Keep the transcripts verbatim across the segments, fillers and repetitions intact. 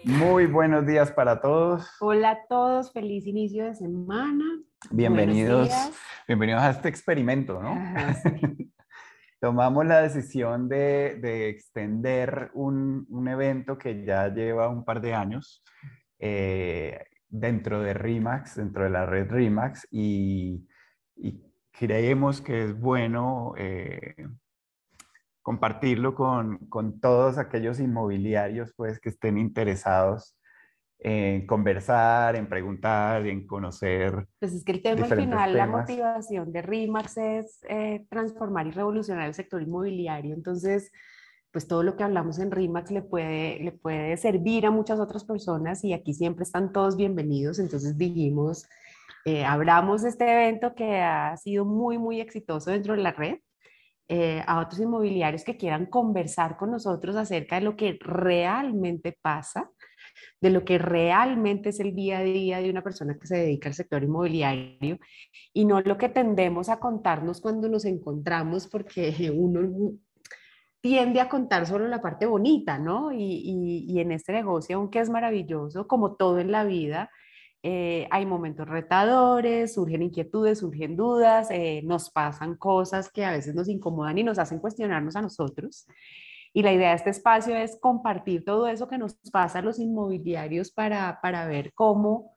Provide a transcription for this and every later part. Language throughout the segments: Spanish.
Muy buenos días para todos. Hola a todos, feliz inicio de semana. Buenos Bienvenidos, días. bienvenidos a este experimento, ¿no? Ajá, sí. Tomamos la decisión de, de extender un, un evento que ya lleva un par de años eh, dentro de RIMAX, dentro de la red RIMAX, y, y creemos que es bueno eh, compartirlo con, con todos aquellos inmobiliarios pues, que estén interesados en conversar, en preguntar, en conocer Pues es que el tema al diferentes final, la temas. motivación de RIMAX es eh, transformar y revolucionar el sector inmobiliario. Entonces, pues todo lo que hablamos en RIMAX le puede, le puede servir a muchas otras personas y aquí siempre están todos bienvenidos. Entonces dijimos, eh, abramos este evento que ha sido muy, muy exitoso dentro de la red. Eh, a otros inmobiliarios que quieran conversar con nosotros acerca de lo que realmente pasa, de lo que realmente es el día a día de una persona que se dedica al sector inmobiliario y no lo que tendemos a contarnos cuando nos encontramos, porque uno tiende a contar solo la parte bonita, ¿no? Y, y, y en este negocio, aunque es maravilloso, como todo en la vida, eh, hay momentos retadores, surgen inquietudes, surgen dudas, eh, nos pasan cosas que a veces nos incomodan y nos hacen cuestionarnos a nosotros. Y la idea de este espacio es compartir todo eso que nos pasa a los inmobiliarios para, para ver cómo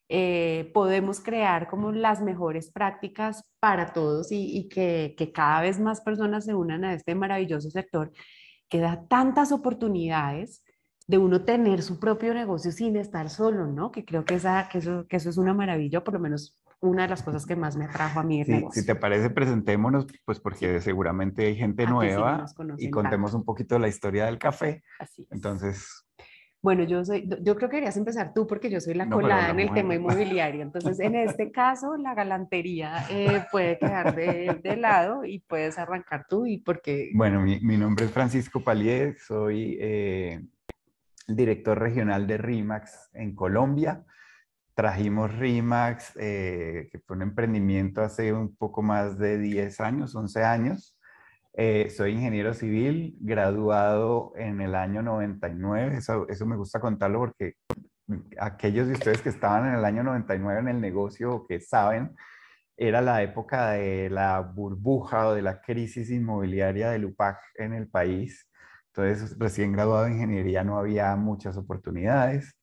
eh, podemos crear como las mejores prácticas para todos y, y que, que cada vez más personas se unan a este maravilloso sector que da tantas oportunidades de uno tener su propio negocio sin estar solo, ¿no? Que creo que, esa, que, eso, que eso es una maravilla, por lo menos una de las cosas que más me atrajo a mí el Si, si negocio. te parece, presentémonos, pues Sí, porque seguramente hay gente a que sí no nueva nos y conocen tanto. contemos un poquito la historia del café. Así es. Entonces, Bueno, yo soy, yo creo que querías empezar tú porque yo soy la no, pero colada la en el tema mujer. inmobiliario. Entonces, en este caso, la galantería eh, puede quedar de, de lado y puedes arrancar tú y porque, Bueno, mi, mi nombre es Francisco Palier, soy eh, el director regional de RIMAX en Colombia. Trajimos RIMAX, eh, que fue un emprendimiento hace un poco más de diez años, once años. Eh, soy ingeniero civil, graduado en el año noventa y nueve. Eso, eso me gusta contarlo porque aquellos de ustedes que estaban en el año noventa y nueve en el negocio o que saben, era la época de la burbuja o de la crisis inmobiliaria del UPAC en el país. Entonces, recién graduado de ingeniería no había muchas oportunidades.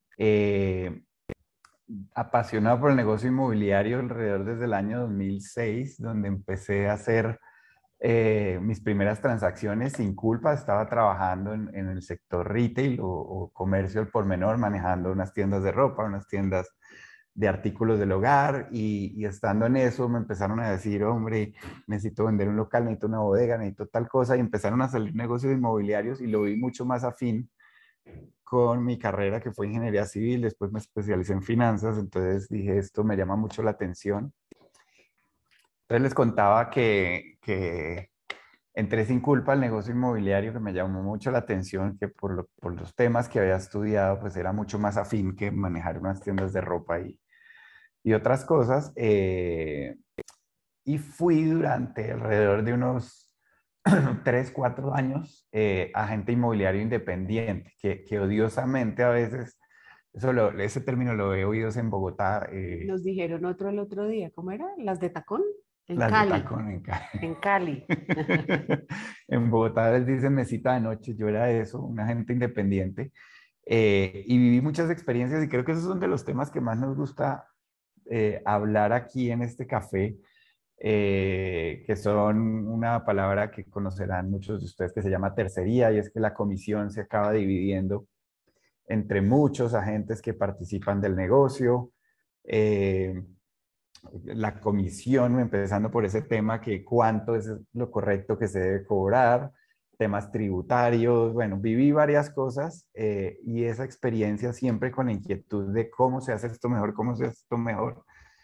Eh, Apasionado por el negocio inmobiliario alrededor desde el año dos mil seis, donde empecé a hacer eh, mis primeras transacciones sin culpa. Estaba trabajando en, en el sector retail o, o comercio al por menor, manejando unas tiendas de ropa, unas tiendas de artículos del hogar y, y estando en eso me empezaron a decir, hombre, necesito vender un local, necesito una bodega, necesito tal cosa y empezaron a salir negocios inmobiliarios y lo vi mucho más afín con mi carrera que fue ingeniería civil, después me especialicé en finanzas, entonces dije, esto me llama mucho la atención. Entonces les contaba que, que entré sin culpa al negocio inmobiliario, que me llamó mucho la atención, que por, lo, por los temas que había estudiado, pues era mucho más afín que manejar unas tiendas de ropa y, y otras cosas. Eh, y fui durante alrededor de unos tres, cuatro años eh, agente inmobiliario independiente, que, que odiosamente a veces, eso lo, ese término lo he oído en Bogotá, eh, nos dijeron otro el otro día, ¿cómo era? Las de tacón en las de Cali, tacón en Cali. en Cali. En Bogotá les dicen mesita de noche, yo era eso, un agente independiente, eh, y viví muchas experiencias y creo que esos son de los temas que más nos gusta eh, hablar aquí en este café, eh, que son una palabra que conocerán muchos de ustedes que se llama tercería, y es que la comisión se acaba dividiendo entre muchos agentes que participan del negocio. Eh, la comisión, empezando por ese tema, que cuánto es lo correcto que se debe cobrar, temas tributarios, bueno, viví varias cosas eh, y esa experiencia siempre con la inquietud de cómo se hace esto mejor, cómo se hace esto mejor,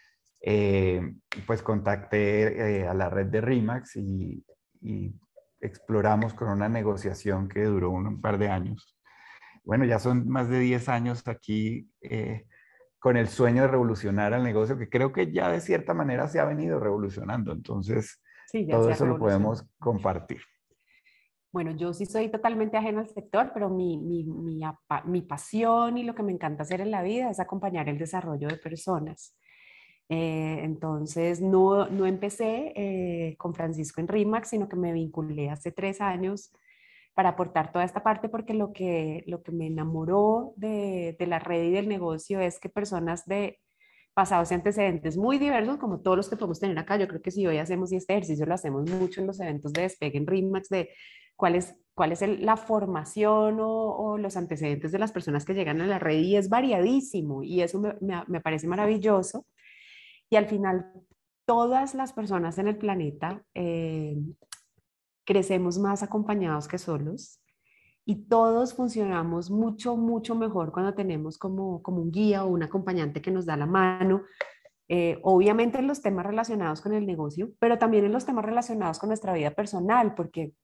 eh, pues contacté eh, a la red de RIMAX y, y exploramos con una negociación que duró un, un par de años. Bueno, ya son más de diez años aquí eh, con el sueño de revolucionar el negocio, que creo que ya de cierta manera se ha venido revolucionando. Entonces, Sí, ya todo se ha eso lo revolucionado podemos mucho. compartir. Bueno, yo sí soy totalmente ajena al sector, pero mi, mi, mi, apa- mi pasión y lo que me encanta hacer en la vida es acompañar el desarrollo de personas. Eh, entonces, no, no empecé eh, con Francisco en RIMAX, sino que me vinculé hace tres años para aportar toda esta parte, porque lo que, lo que me enamoró de, de la red y del negocio es que personas de pasados y antecedentes muy diversos, como todos los que podemos tener acá, yo creo que si hoy hacemos y este ejercicio lo hacemos mucho en los eventos de despegue en RIMAX, de cuál es, cuál es el- la formación o, o los antecedentes de las personas que llegan a la red y es variadísimo y eso me, me, me parece maravilloso. Y al final, todas las personas en el planeta eh, crecemos más acompañados que solos y todos funcionamos mucho, mucho mejor cuando tenemos como, como un guía o un acompañante que nos da la mano, eh, obviamente en los temas relacionados con el negocio, pero también en los temas relacionados con nuestra vida personal, porque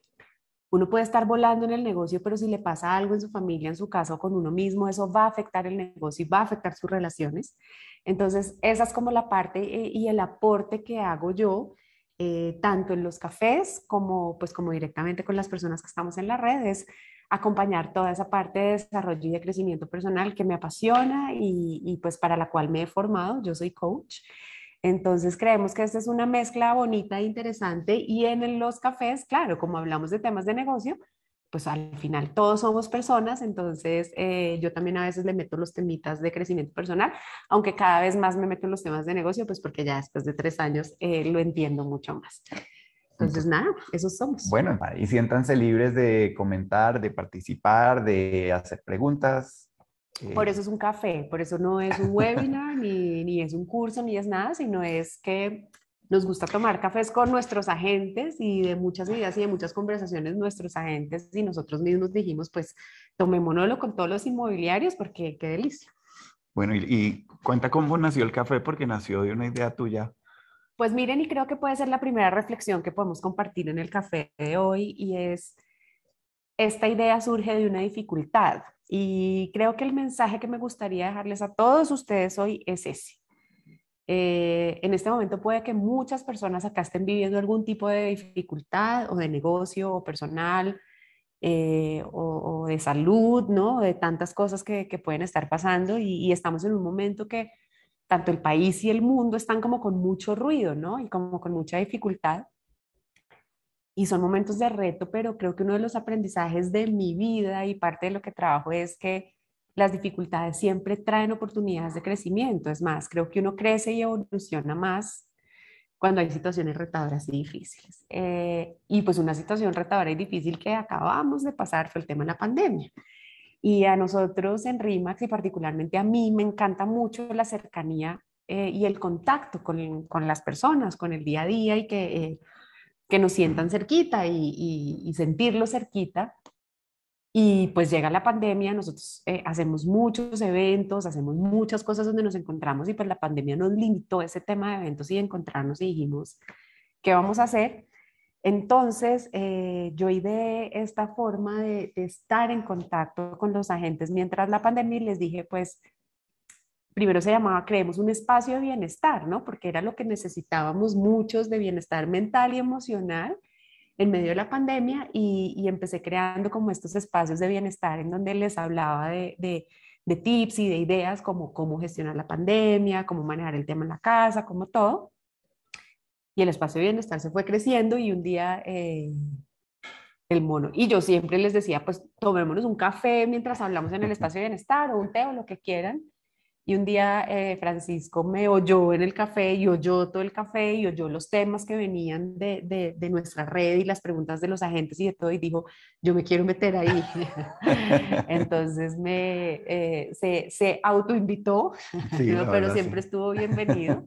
uno puede estar volando en el negocio, pero si le pasa algo en su familia, en su casa o con uno mismo, eso va a afectar el negocio y va a afectar sus relaciones. Entonces, esa es como la parte eh, y el aporte que hago yo, eh, tanto en los cafés como, pues, como directamente con las personas que estamos en las redes, acompañar toda esa parte de desarrollo y de crecimiento personal que me apasiona y, y pues para la cual me he formado. Yo soy coach. Entonces creemos que esta es una mezcla bonita e interesante y en los cafés, claro, como hablamos de temas de negocio, pues al final todos somos personas, entonces eh, yo también a veces le meto los temitas de crecimiento personal, aunque cada vez más me meto en los temas de negocio, pues porque ya después de tres años eh, lo entiendo mucho más. Entonces, Entonces, nada, esos somos. bueno, y siéntanse libres de comentar, de participar, de hacer preguntas. Por eh, eso es un café, por eso no es un webinar, ni, ni es un curso, ni es nada, sino es que nos gusta tomar cafés con nuestros agentes y de muchas ideas y de muchas conversaciones nuestros agentes y nosotros mismos dijimos, pues tomémonoslo con todos los inmobiliarios porque qué delicia. bueno, y, y cuenta cómo nació el café, porque nació de una idea tuya. Pues miren, y creo que puede ser la primera reflexión que podemos compartir en el café de hoy y es, esta idea surge de una dificultad y creo que el mensaje que me gustaría dejarles a todos ustedes hoy es ese. Eh, en este momento puede que muchas personas acá estén viviendo algún tipo de dificultad o de negocio o personal eh, o, o de salud, ¿no? De tantas cosas que, que pueden estar pasando y, y estamos en un momento que tanto el país y el mundo están como con mucho ruido, ¿no? Y como con mucha dificultad. Y son momentos de reto, pero creo que uno de los aprendizajes de mi vida y parte de lo que trabajo es que las dificultades siempre traen oportunidades de crecimiento. Es más, creo que uno crece y evoluciona más cuando hay situaciones retadoras y difíciles. Eh, y pues una situación retadora y difícil que acabamos de pasar fue el tema de la pandemia. Y a nosotros en RIMAX y particularmente a mí me encanta mucho la cercanía eh, y el contacto con, con, las personas, con el día a día y que... Eh, que nos sientan cerquita y, y, y sentirlo cerquita. Y pues llega la pandemia, nosotros eh, hacemos muchos eventos, hacemos muchas cosas donde nos encontramos y pues la pandemia nos limitó ese tema de eventos y de encontrarnos y dijimos, ¿qué vamos a hacer? Entonces, eh, yo ideé esta forma de, de estar en contacto con los agentes mientras la pandemia y les dije, pues, primero se llamaba Creemos un espacio de bienestar, ¿no? Porque era lo que necesitábamos muchos de bienestar mental y emocional en medio de la pandemia y, y empecé creando como estos espacios de bienestar en donde les hablaba de, de, de tips y de ideas como cómo gestionar la pandemia, cómo manejar el tema en la casa, como todo. Y el espacio de bienestar se fue creciendo y un día eh, el mono, y yo siempre les decía, pues tomémonos un café mientras hablamos en el espacio de bienestar o un té o lo que quieran. Y un día eh, Francisco me oyó en el café y oyó todo el café y oyó los temas que venían de, de, de nuestra red y las preguntas de los agentes y de todo y dijo, yo me quiero meter ahí. Entonces me, eh, se, se autoinvitó, Sí, ¿no? la Pero verdad, siempre sí. estuvo bienvenido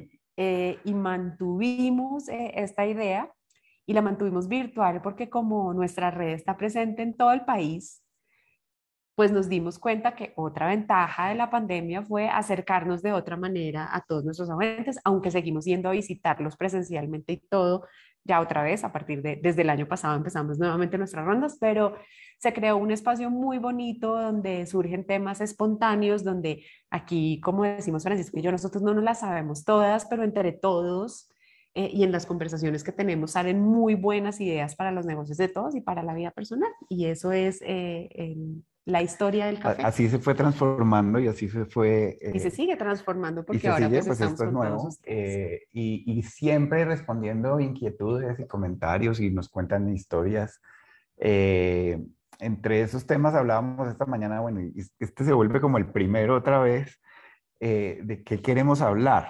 eh, y mantuvimos eh, esta idea y la mantuvimos virtual porque como nuestra red está presente en todo el país, pues nos dimos cuenta que otra ventaja de la pandemia fue acercarnos de otra manera a todos nuestros agentes, aunque seguimos yendo a visitarlos presencialmente y todo, ya otra vez, a partir de, desde el año pasado empezamos nuevamente nuestras rondas, pero se creó un espacio muy bonito donde surgen temas espontáneos, donde aquí, como decimos Francisco y yo, nosotros no nos las sabemos todas, pero entre todos eh, y en las conversaciones que tenemos salen muy buenas ideas para los negocios de todos y para la vida personal. Y eso es eh, el- la historia del A- café. Así se fue transformando y así se fue, Y se eh, sigue transformando y porque se ahora sigue, pues pues estamos esto es con todos nuevo, ustedes. eh, y, y siempre respondiendo inquietudes y comentarios y nos cuentan historias. Eh, Entre esos temas hablábamos esta mañana, bueno, y este se vuelve como el primero otra vez, eh, de qué queremos hablar.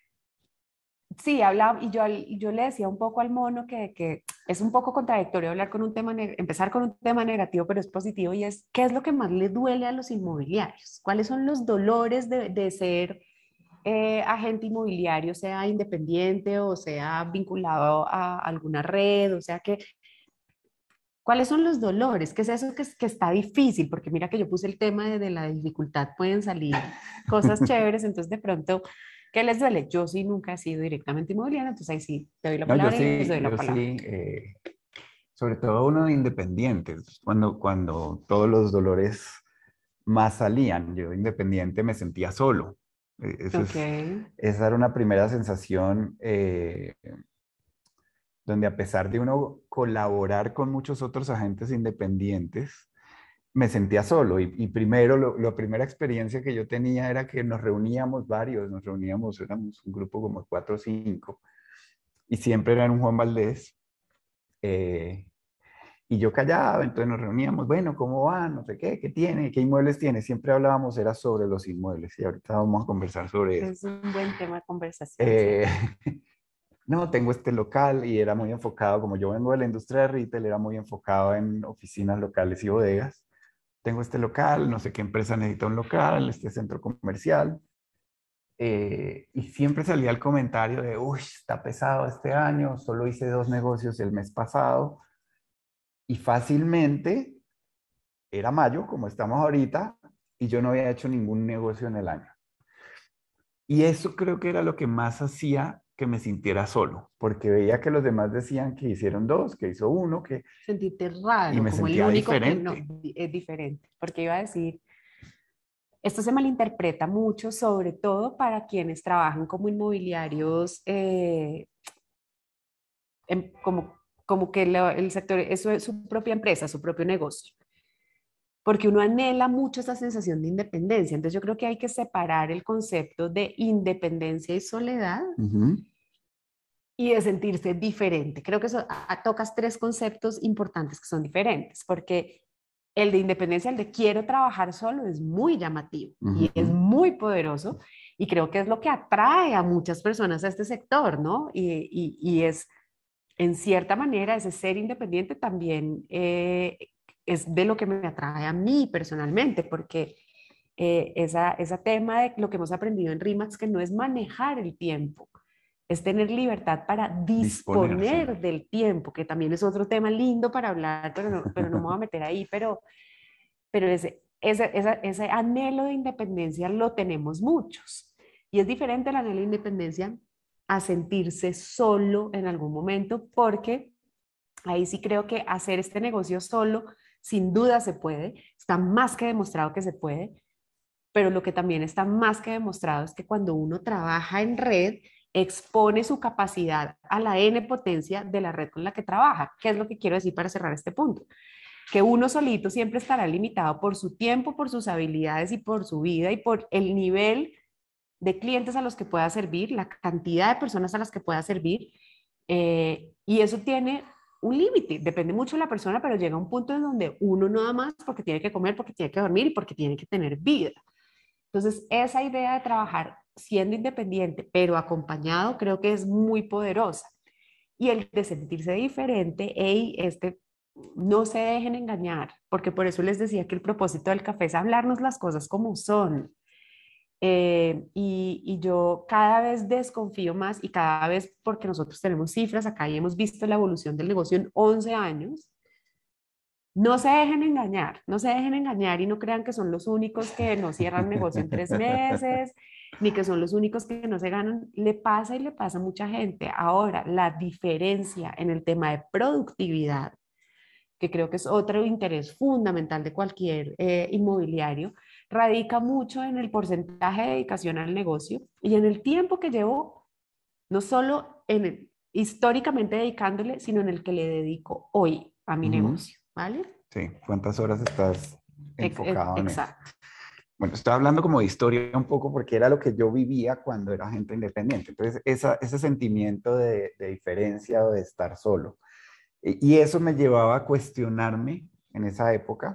Sí, hablaba, y yo, al- y yo le decía un poco al mono que, que es un poco contradictorio hablar con un tema, neg- empezar con un tema negativo, pero es positivo, y es, ¿qué es lo que más le duele a los inmobiliarios? ¿Cuáles son los dolores de, de ser eh, agente inmobiliario, sea independiente o sea vinculado a alguna red? O sea, que, ¿cuáles son los dolores? ¿Qué es eso que, es- que está difícil? Porque mira que yo puse el tema de, de la dificultad, pueden salir cosas chéveres, entonces de pronto, ¿qué les duele? Yo sí nunca he sido directamente inmobiliaria, entonces ahí sí te doy la No, yo palabra y les sí, doy la yo palabra. sí, eh, sobre todo uno de independientes, cuando, cuando todos los dolores más salían, yo independiente me sentía solo. Eh, Eso Ok, es, esa era una primera sensación, eh, donde a pesar de uno colaborar con muchos otros agentes independientes, me sentía solo. Y, y primero, lo, la primera experiencia que yo tenía era que nos reuníamos varios, nos reuníamos, éramos un grupo como cuatro o cinco, y siempre era un Juan Valdés. eh, y yo callaba, entonces nos reuníamos, bueno, ¿cómo va? No sé qué, ¿qué tiene? ¿Qué inmuebles tiene? Siempre hablábamos, era sobre los inmuebles, y ahorita vamos a conversar sobre eso. es un buen tema de conversación, sí. Eh, no, tengo este local y era muy enfocado, como yo vengo de la industria de retail, era muy enfocado en oficinas locales y bodegas. Tengo este local, no sé qué empresa necesita un local, este centro comercial. Eh, y siempre salía el comentario de, uy, está pesado este año, solo hice dos negocios el mes pasado. Y fácilmente era mayo, como estamos ahorita, y yo no había hecho ningún negocio en el año. Y eso creo que era lo que más hacía que me sintiera solo, porque veía que los demás decían que hicieron dos, que hizo uno, que... Sentirte y raro, me como el sentía único que no, diferente. di- es diferente, porque iba a decir, esto se malinterpreta mucho, sobre todo para quienes trabajan como inmobiliarios, eh, em- como, como que lo- el sector, eso es su propia empresa, su propio negocio, porque uno anhela mucho esa sensación de independencia. Entonces yo creo que hay que separar el concepto de independencia y soledad Ujú. y de sentirse diferente. Creo que eso, a, tocas tres conceptos importantes que son diferentes, porque el de independencia, el de quiero trabajar solo, es muy llamativo y es Ujú. muy poderoso, y creo que es lo que atrae a muchas personas a este sector, ¿no? Y, y, y es, en cierta manera, ese ser independiente también eh, es de lo que me atrae a mí personalmente, porque eh, esa, ese tema de lo que hemos aprendido en RIMAX, que no es manejar el tiempo, es tener libertad para Disponerse. disponer del tiempo, que también es otro tema lindo para hablar, pero no, pero no me voy a meter ahí, pero, pero ese, ese, ese, ese anhelo de independencia lo tenemos muchos. Y es diferente el anhelo de independencia a sentirse solo en algún momento, porque ahí sí creo que hacer este negocio solo, sin duda se puede, está más que demostrado que se puede, pero lo que también está más que demostrado es que cuando uno trabaja en red, expone su capacidad a la n potencia de la red con la que trabaja. ¿Qué es lo que quiero decir para cerrar este punto? Que uno solito siempre estará limitado por su tiempo, por sus habilidades y por su vida y por el nivel de clientes a los que pueda servir, la cantidad de personas a las que pueda servir. Eh, y eso tiene un límite, depende mucho de la persona, pero llega un punto en donde uno no da más porque tiene que comer, porque tiene que dormir y porque tiene que tener vida. Entonces, esa idea de trabajar siendo independiente, pero acompañado, creo que es muy poderosa. Y el de sentirse diferente, hey, este, no se dejen engañar, porque por eso les decía que el propósito del café es hablarnos las cosas como son. Eh, y, y yo cada vez desconfío más y cada vez, porque nosotros tenemos cifras acá y hemos visto la evolución del negocio en once años, no se dejen engañar, no se dejen engañar y no crean que son los únicos que no cierran negocio en tres meses, ni que son los únicos que no se ganan. Le pasa y le pasa a mucha gente. Ahora, la diferencia en el tema de productividad, que creo que es otro interés fundamental de cualquier eh, inmobiliario, radica mucho en el porcentaje de dedicación al negocio y en el tiempo que llevo, no solo en el, históricamente dedicándole, sino en el que le dedico hoy a mi Ujú. negocio, ¿vale? Sí, ¿cuántas horas estás Ex- ex- enfocado en eso? Exacto. Bueno, estoy hablando como de historia un poco porque era lo que yo vivía cuando era agente independiente. Entonces, esa, ese sentimiento de, de diferencia o de estar solo. Y y eso me llevaba a cuestionarme en esa época.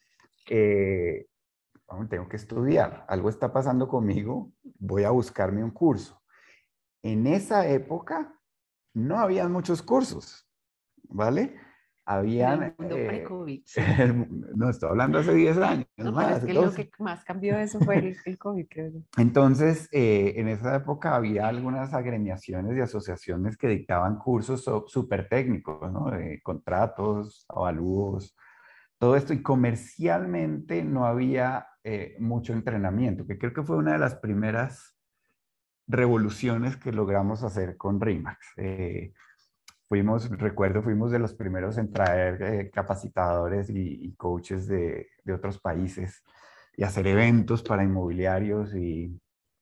eh, "Bueno, tengo que estudiar, algo está pasando conmigo, voy a buscarme un curso". En esa época no habían muchos cursos, ¿vale? En el Habían, mundo eh, pre-COVID, sí. no estoy hablando hace diez años No, pero es más, que lo entonces que más cambió de eso fue el, el COVID, creo yo. Entonces, eh, en esa época había algunas agremiaciones y asociaciones que dictaban cursos so- súper técnicos, ¿no? De contratos, avalúos, todo esto. Y comercialmente no había eh, mucho entrenamiento, que creo que fue una de las primeras revoluciones que logramos hacer con RIMAX. Eh, fuimos, recuerdo, fuimos de los primeros en traer eh, capacitadores y, y coaches de, de otros países y hacer eventos para inmobiliarios y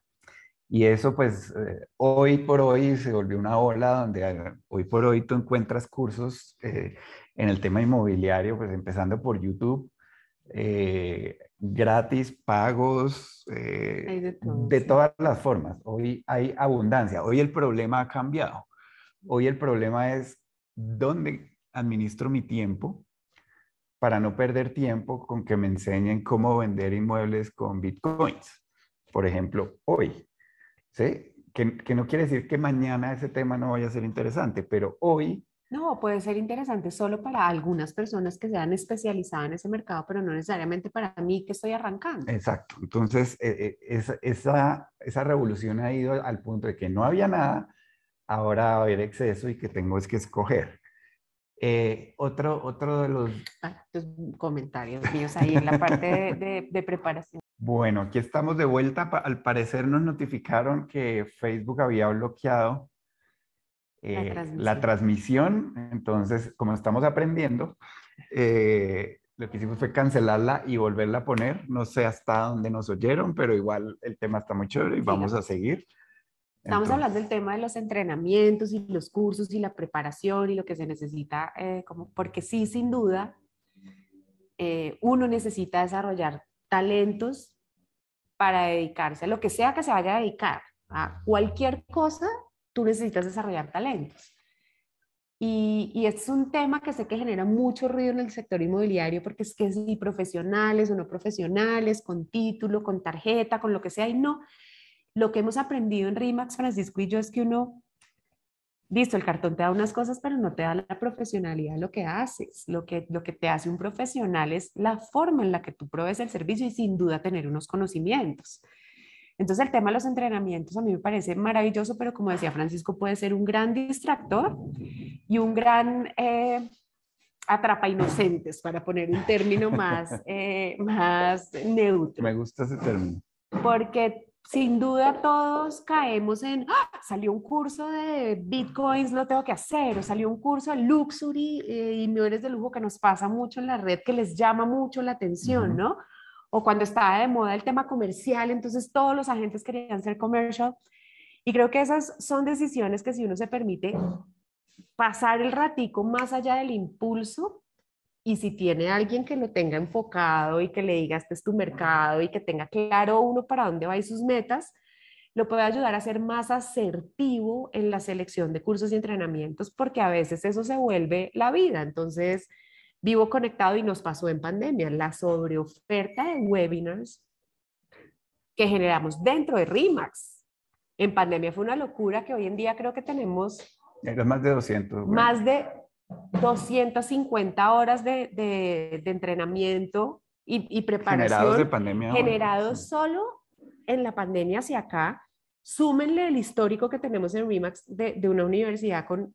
y eso pues eh, hoy por hoy se volvió una ola donde eh, hoy por hoy tú encuentras cursos eh, en el tema inmobiliario, pues empezando por YouTube, eh, gratis, pagos, Hay eh, de todo, de sí. todas las formas. Hoy hay abundancia. Hoy el problema ha cambiado. Hoy el problema es dónde administro mi tiempo para no perder tiempo con que me enseñen cómo vender inmuebles con bitcoins. Por ejemplo, hoy. ¿Sí? Que, que no quiere decir que mañana ese tema no vaya a ser interesante, pero hoy, No, puede ser interesante solo para algunas personas que sean especializadas en ese mercado, pero no necesariamente para mí que estoy arrancando. exacto. Entonces, eh, eh, esa, esa, esa revolución ha ido al punto de que no había nada, ahora va a haber exceso y que tengo es que escoger. Eh, otro, otro de los... Ah, tus comentarios míos ahí en la parte de, de- de preparación. Bueno, aquí estamos de vuelta. Pa- Al parecer nos notificaron que Facebook había bloqueado La eh, la transmisión. transmisión. Entonces, como estamos aprendiendo, eh, lo que hicimos fue cancelarla y volverla a poner. No sé hasta dónde nos oyeron, pero igual el tema está muy chévere y vamos a Sigamos. seguir. Estamos Entonces, hablando del tema de los entrenamientos y los cursos y la preparación y lo que se necesita, eh, como, porque sí, sin duda, eh, uno necesita desarrollar talentos para dedicarse a lo que sea que se vaya a dedicar. A cualquier cosa, tú necesitas desarrollar talentos. Y, y este es un tema que sé que genera mucho ruido en el sector inmobiliario porque es que si profesionales o no profesionales, con título, con tarjeta, con lo que sea, y no. Lo que hemos aprendido en RIMAX, Francisco y yo, es que uno, listo, el cartón te da unas cosas, pero no te da la profesionalidad de lo que haces. Lo que, lo que te hace un profesional es la forma en la que tú provees el servicio y sin duda tener unos conocimientos. Entonces el tema de los entrenamientos a mí me parece maravilloso, pero como decía Francisco, puede ser un gran distractor y un gran eh, atrapa inocentes, para poner un término más, eh, más me neutro. gusta ese término. Porque sin duda todos caemos en, ¡ah! Salió un curso de bitcoins, lo tengo que hacer, o salió un curso de luxury eh, inmuebles de lujo que nos pasa mucho en la red, que les llama mucho la atención, Ujú. ¿no? O cuando estaba de moda el tema comercial, entonces todos los agentes querían ser commercial. Y creo que esas son decisiones que si uno se permite pasar el ratico más allá del impulso, y si tiene alguien que lo tenga enfocado y que le diga, este es tu mercado y que tenga claro uno para dónde va y sus metas, lo puede ayudar a ser más asertivo en la selección de cursos y entrenamientos, porque a veces eso se vuelve la vida. Entonces, vivo conectado y nos pasó en pandemia, la sobreoferta de webinars que generamos dentro de RIMAX. En pandemia fue una locura que hoy en día creo que tenemos Era más de doscientos más webinars de doscientas cincuenta horas de, de, de entrenamiento y, y, generados de preparación pandemia hoy. Sí. generados solo en la pandemia hacia acá. Súmenle el histórico que tenemos en RIMAX de, de una universidad con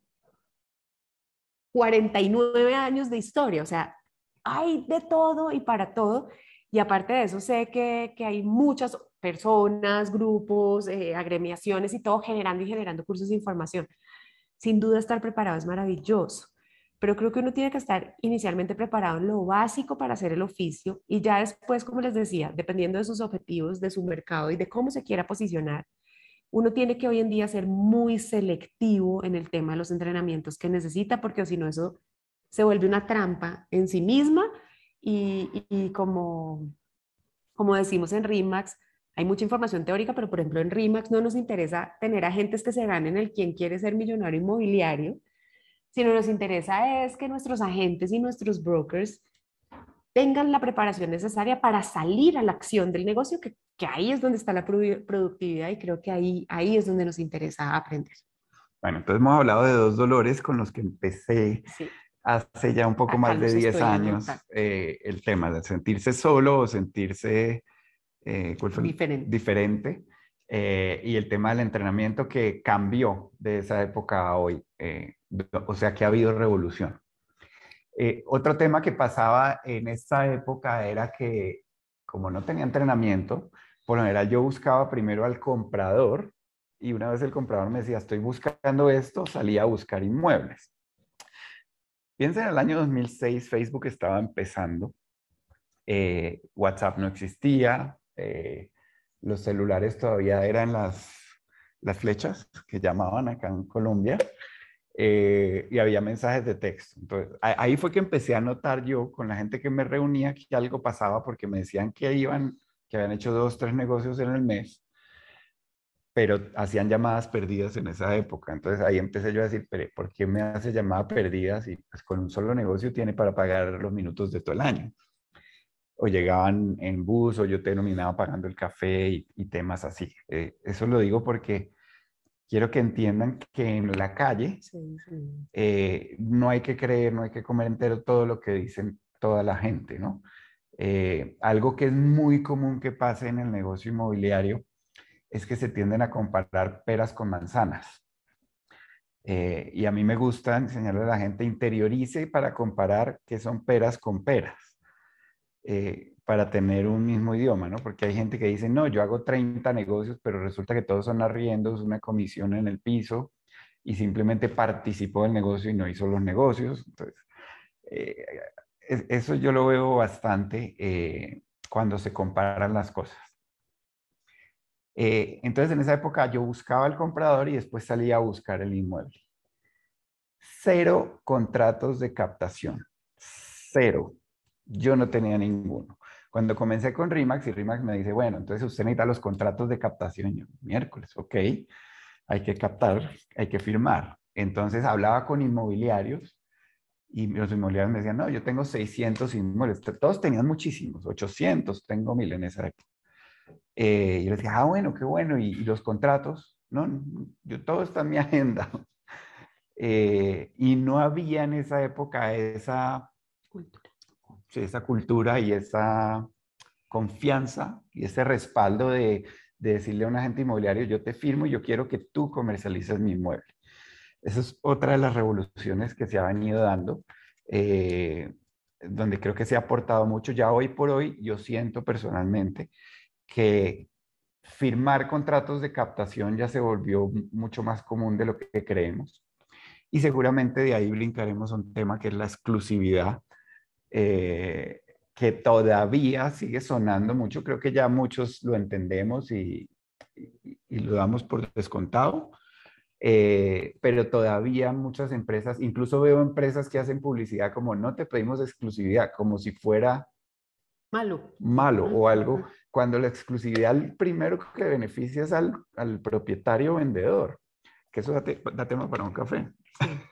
cuarenta y nueve años de historia, o sea, hay de todo y para todo. Y aparte de eso, sé que, que hay muchas personas, grupos, eh, agremiaciones y todo generando y generando cursos de información. Sin duda estar preparado es maravilloso, pero creo que uno tiene que estar inicialmente preparado en lo básico para hacer el oficio y ya después, como les decía, dependiendo de sus objetivos, de su mercado y de cómo se quiera posicionar, uno tiene que hoy en día ser muy selectivo en el tema de los entrenamientos que necesita, porque si no eso se vuelve una trampa en sí misma y, y, y como, como decimos en RE/MAX, hay mucha información teórica, pero por ejemplo en RE/MAX no nos interesa tener agentes que se ganen el quién quiere ser millonario inmobiliario, sino nos interesa es que nuestros agentes y nuestros brokers tengan la preparación necesaria para salir a la acción del negocio, que, que ahí es donde está la productividad y creo que ahí, ahí es donde nos interesa aprender. Bueno, entonces hemos hablado de dos dolores con los que empecé Sí. hace ya un poco Acá más de los diez estoy años, anotando. eh, el tema de sentirse solo o sentirse eh, ¿cuál fue el? Diferente. Diferente, eh, y el tema del entrenamiento que cambió de esa época a hoy, eh, o sea que ha habido revolución. Eh, otro tema que pasaba en esta época era que como no tenía entrenamiento, por lo general yo buscaba primero al comprador y una vez el comprador me decía, estoy buscando esto, salía a buscar inmuebles. Piensa en el año dos mil seis, Facebook estaba empezando, eh, WhatsApp no existía, eh, los celulares todavía eran las, las flechas que llamaban acá en Colombia, eh, y había mensajes de texto. Entonces, ahí fue que empecé a notar yo con la gente que me reunía que algo pasaba porque me decían que iban, que habían hecho dos, tres negocios en el mes, pero hacían llamadas perdidas en esa época. Entonces ahí empecé yo a decir, pero ¿por qué me hace llamadas perdidas? Y pues con un solo negocio tiene para pagar los minutos de todo el año. O llegaban en bus, o yo terminaba pagando el café y, y temas así. Eh, eso lo digo porque quiero que entiendan que en la calle Sí, sí. eh, no hay que creer, no hay que comer entero todo lo que dicen toda la gente, ¿no? Eh, algo que es muy común que pase en el negocio inmobiliario es que se tienden a comparar peras con manzanas. Eh, y a mí me gusta enseñarle a la gente interiorice para comparar qué son peras con peras, eh, para tener un mismo idioma, ¿no? Porque hay gente que dice, no, yo hago treinta negocios, pero resulta que todos son arriendos, una comisión en el piso, y simplemente participó del negocio y no hizo los negocios. Entonces, eh, eso yo lo veo bastante eh, cuando se comparan las cosas. Eh, entonces, en esa época yo buscaba el comprador y después salía a buscar el inmueble. Cero contratos de captación. Cero. Yo no tenía ninguno. Cuando comencé con RE/MAX y RE/MAX me dice, bueno, entonces usted necesita los contratos de captación. Yo, miércoles, ok, hay que captar, hay que firmar. Entonces hablaba con inmobiliarios y los inmobiliarios me decían, no, yo tengo seiscientos inmuebles. Todos tenían muchísimos, ochocientos, tengo mil en esa época. Eh, y yo les decía, ah, bueno, qué bueno. ¿Y, y los contratos? No, yo todo está en mi agenda. Eh, y no había en esa época esa Cultura. sí, esa cultura y esa confianza y ese respaldo de, de decirle a un agente inmobiliario, yo te firmo y yo quiero que tú comercialices mi inmueble. Esa es otra de las revoluciones que se ha venido dando, eh, donde creo que se ha aportado mucho. Ya hoy por hoy, yo siento personalmente que firmar contratos de captación ya se volvió mucho más común de lo que creemos. Y seguramente de ahí brincaremos a un tema que es la exclusividad, eh, que todavía sigue sonando mucho. Creo que ya muchos lo entendemos y, y, y lo damos por descontado, eh, pero todavía muchas empresas, incluso veo empresas que hacen publicidad como no te pedimos exclusividad, como si fuera Malo. malo Ajá, o algo, ajá. cuando la exclusividad primero que beneficia es al, al propietario vendedor, que eso da, te, da tema para un café. Sí.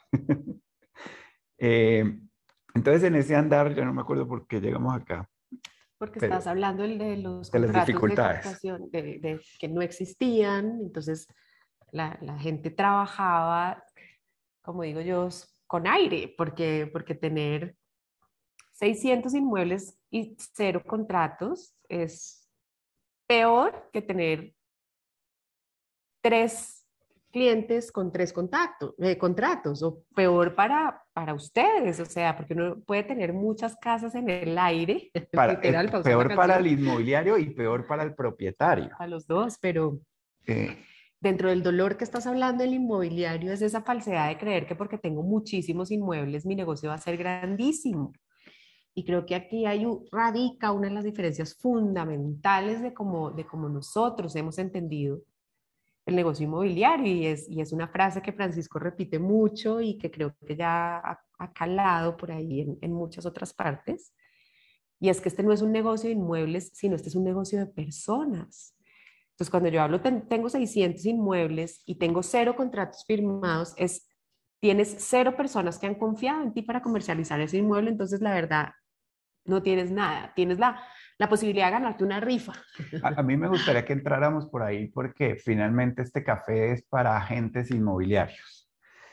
eh, entonces en ese andar, yo no me acuerdo por qué llegamos acá, Porque pero estás hablando de los de las contratos de dificultades. captación de, de que no existían, entonces la, la gente trabajaba, como digo yo, con aire, porque, porque tener seiscientos inmuebles y cero contratos es peor que tener tres clientes con tres contactos, eh, contratos, o peor para, para ustedes, o sea, porque uno puede tener muchas casas en el aire, Para, es literal, pausa la peor para canción, el inmobiliario y peor para el propietario. a los dos, pero Eh, dentro del dolor que estás hablando del inmobiliario es esa falsedad de creer que porque tengo muchísimos inmuebles mi negocio va a ser grandísimo. Y creo que aquí hay, radica una de las diferencias fundamentales de cómo, de cómo nosotros hemos entendido el negocio inmobiliario y es, y es una frase que Francisco repite mucho y que creo que ya ha, ha calado por ahí en, en muchas otras partes. Y es que este no es un negocio de inmuebles, sino este es un negocio de personas. Entonces, cuando yo hablo, ten, tengo seiscientos inmuebles y tengo cero contratos firmados, es, tienes cero personas que han confiado en ti para comercializar ese inmueble, entonces la verdad, no tienes nada, tienes la, la posibilidad de ganarte una rifa. A, a mí me gustaría que entráramos por ahí porque finalmente este café es para agentes inmobiliarios.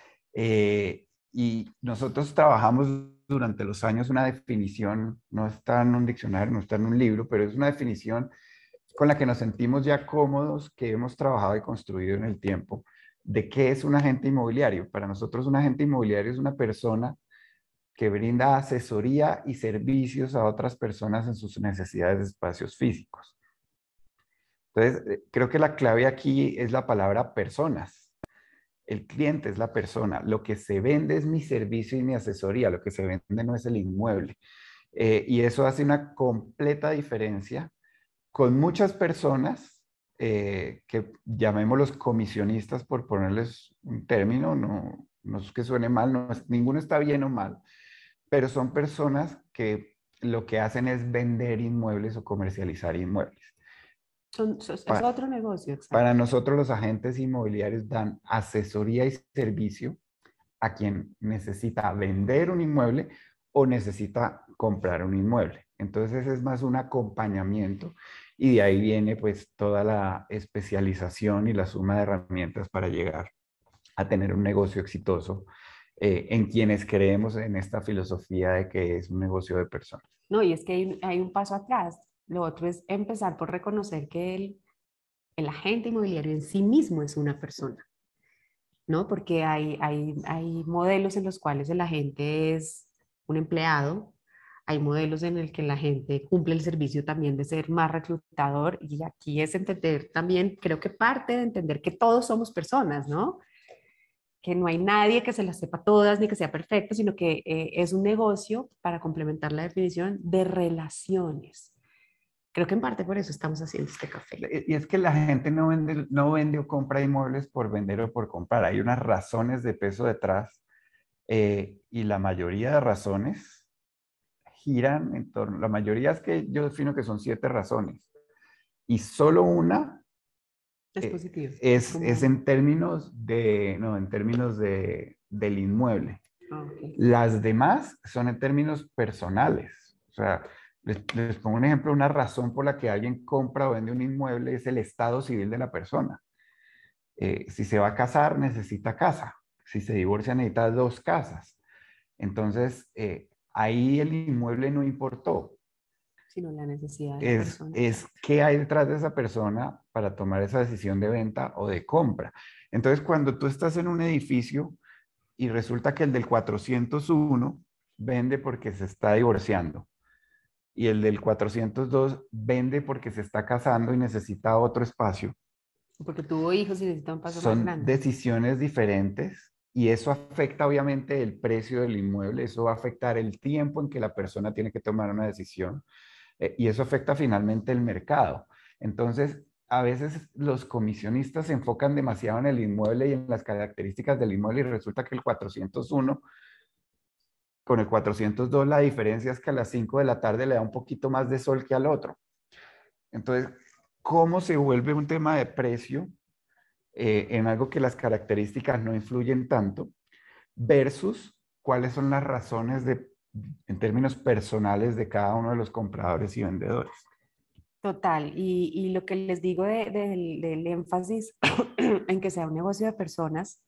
Eh, y nosotros trabajamos durante los años una definición, no está en un diccionario, no está en un libro, pero es una definición con la que nos sentimos ya cómodos, que hemos trabajado y construido en el tiempo, de qué es un agente inmobiliario. Para nosotros un agente inmobiliario es una persona que brinda asesoría y servicios a otras personas en sus necesidades de espacios físicos. Entonces, eh, creo que la clave aquí es la palabra personas. El cliente es la persona. Lo que se vende es mi servicio y mi asesoría. Lo que se vende no es el inmueble. Eh, y eso hace una completa diferencia con muchas personas eh, que llamémoslos comisionistas por ponerles un término. No, no es que suene mal, no es, ninguno está bien o mal, pero son personas que lo que hacen es vender inmuebles o comercializar inmuebles. Son, es Pa- otro negocio, para exacto. nosotros los agentes inmobiliarios dan asesoría y servicio a quien necesita vender un inmueble o necesita comprar un inmueble. Entonces es más un acompañamiento y de ahí viene pues toda la especialización y la suma de herramientas para llegar a tener un negocio exitoso eh, en quienes creemos en esta filosofía de que es un negocio de personas. No, y es que hay, hay un paso atrás. Lo otro es empezar por reconocer que el, el agente inmobiliario en sí mismo es una persona, ¿no? Porque hay, hay, hay modelos en los cuales el agente es un empleado, hay modelos en el que la gente cumple el servicio también de ser más reclutador y aquí es entender también, creo que parte de entender que todos somos personas, ¿no? Que no hay nadie que se las sepa todas ni que sea perfecto, sino que eh, es un negocio, para complementar la definición, de relaciones. Creo que en parte por eso estamos haciendo este café. Y es que la gente no vende, no vende o compra inmuebles por vender o por comprar. Hay unas razones de peso detrás eh, y la mayoría de razones giran en torno, la mayoría es que yo defino que son siete razones y solo una Es eh, positivo, es es, es como... en términos de, no, en términos de, del inmueble. Ah, okay. Las demás son en términos personales. O sea, les, les pongo un ejemplo, una razón por la que alguien compra o vende un inmueble es el estado civil de la persona. Eh, si se va a casar, necesita casa. Si se divorcia, necesita dos casas. Entonces, eh, ahí el inmueble no importó. Sino la necesidad de la Es, persona, es exacto. qué hay detrás de esa persona para tomar esa decisión de venta o de compra. Entonces, cuando tú estás en un edificio y resulta que el del cuatrocientos uno vende porque se está divorciando y el del cuatrocientos dos vende porque se está casando y necesita otro espacio, Porque tuvo hijos y necesita un paso más son grande. decisiones diferentes y eso afecta obviamente el precio del inmueble, eso va a afectar el tiempo en que la persona tiene que tomar una decisión eh, y eso afecta finalmente el mercado. Entonces, a veces los comisionistas se enfocan demasiado en el inmueble y en las características del inmueble y resulta que el cuatrocientos uno con el cuatrocientos dos la diferencia es que a las cinco de la tarde le da un poquito más de sol que al otro. Entonces, ¿cómo se vuelve un tema de precio eh, en algo que las características no influyen tanto versus cuáles son las razones de, en términos personales de cada uno de los compradores y vendedores? Total, y, y lo que les digo de- de- del, del énfasis en que sea un negocio de personas,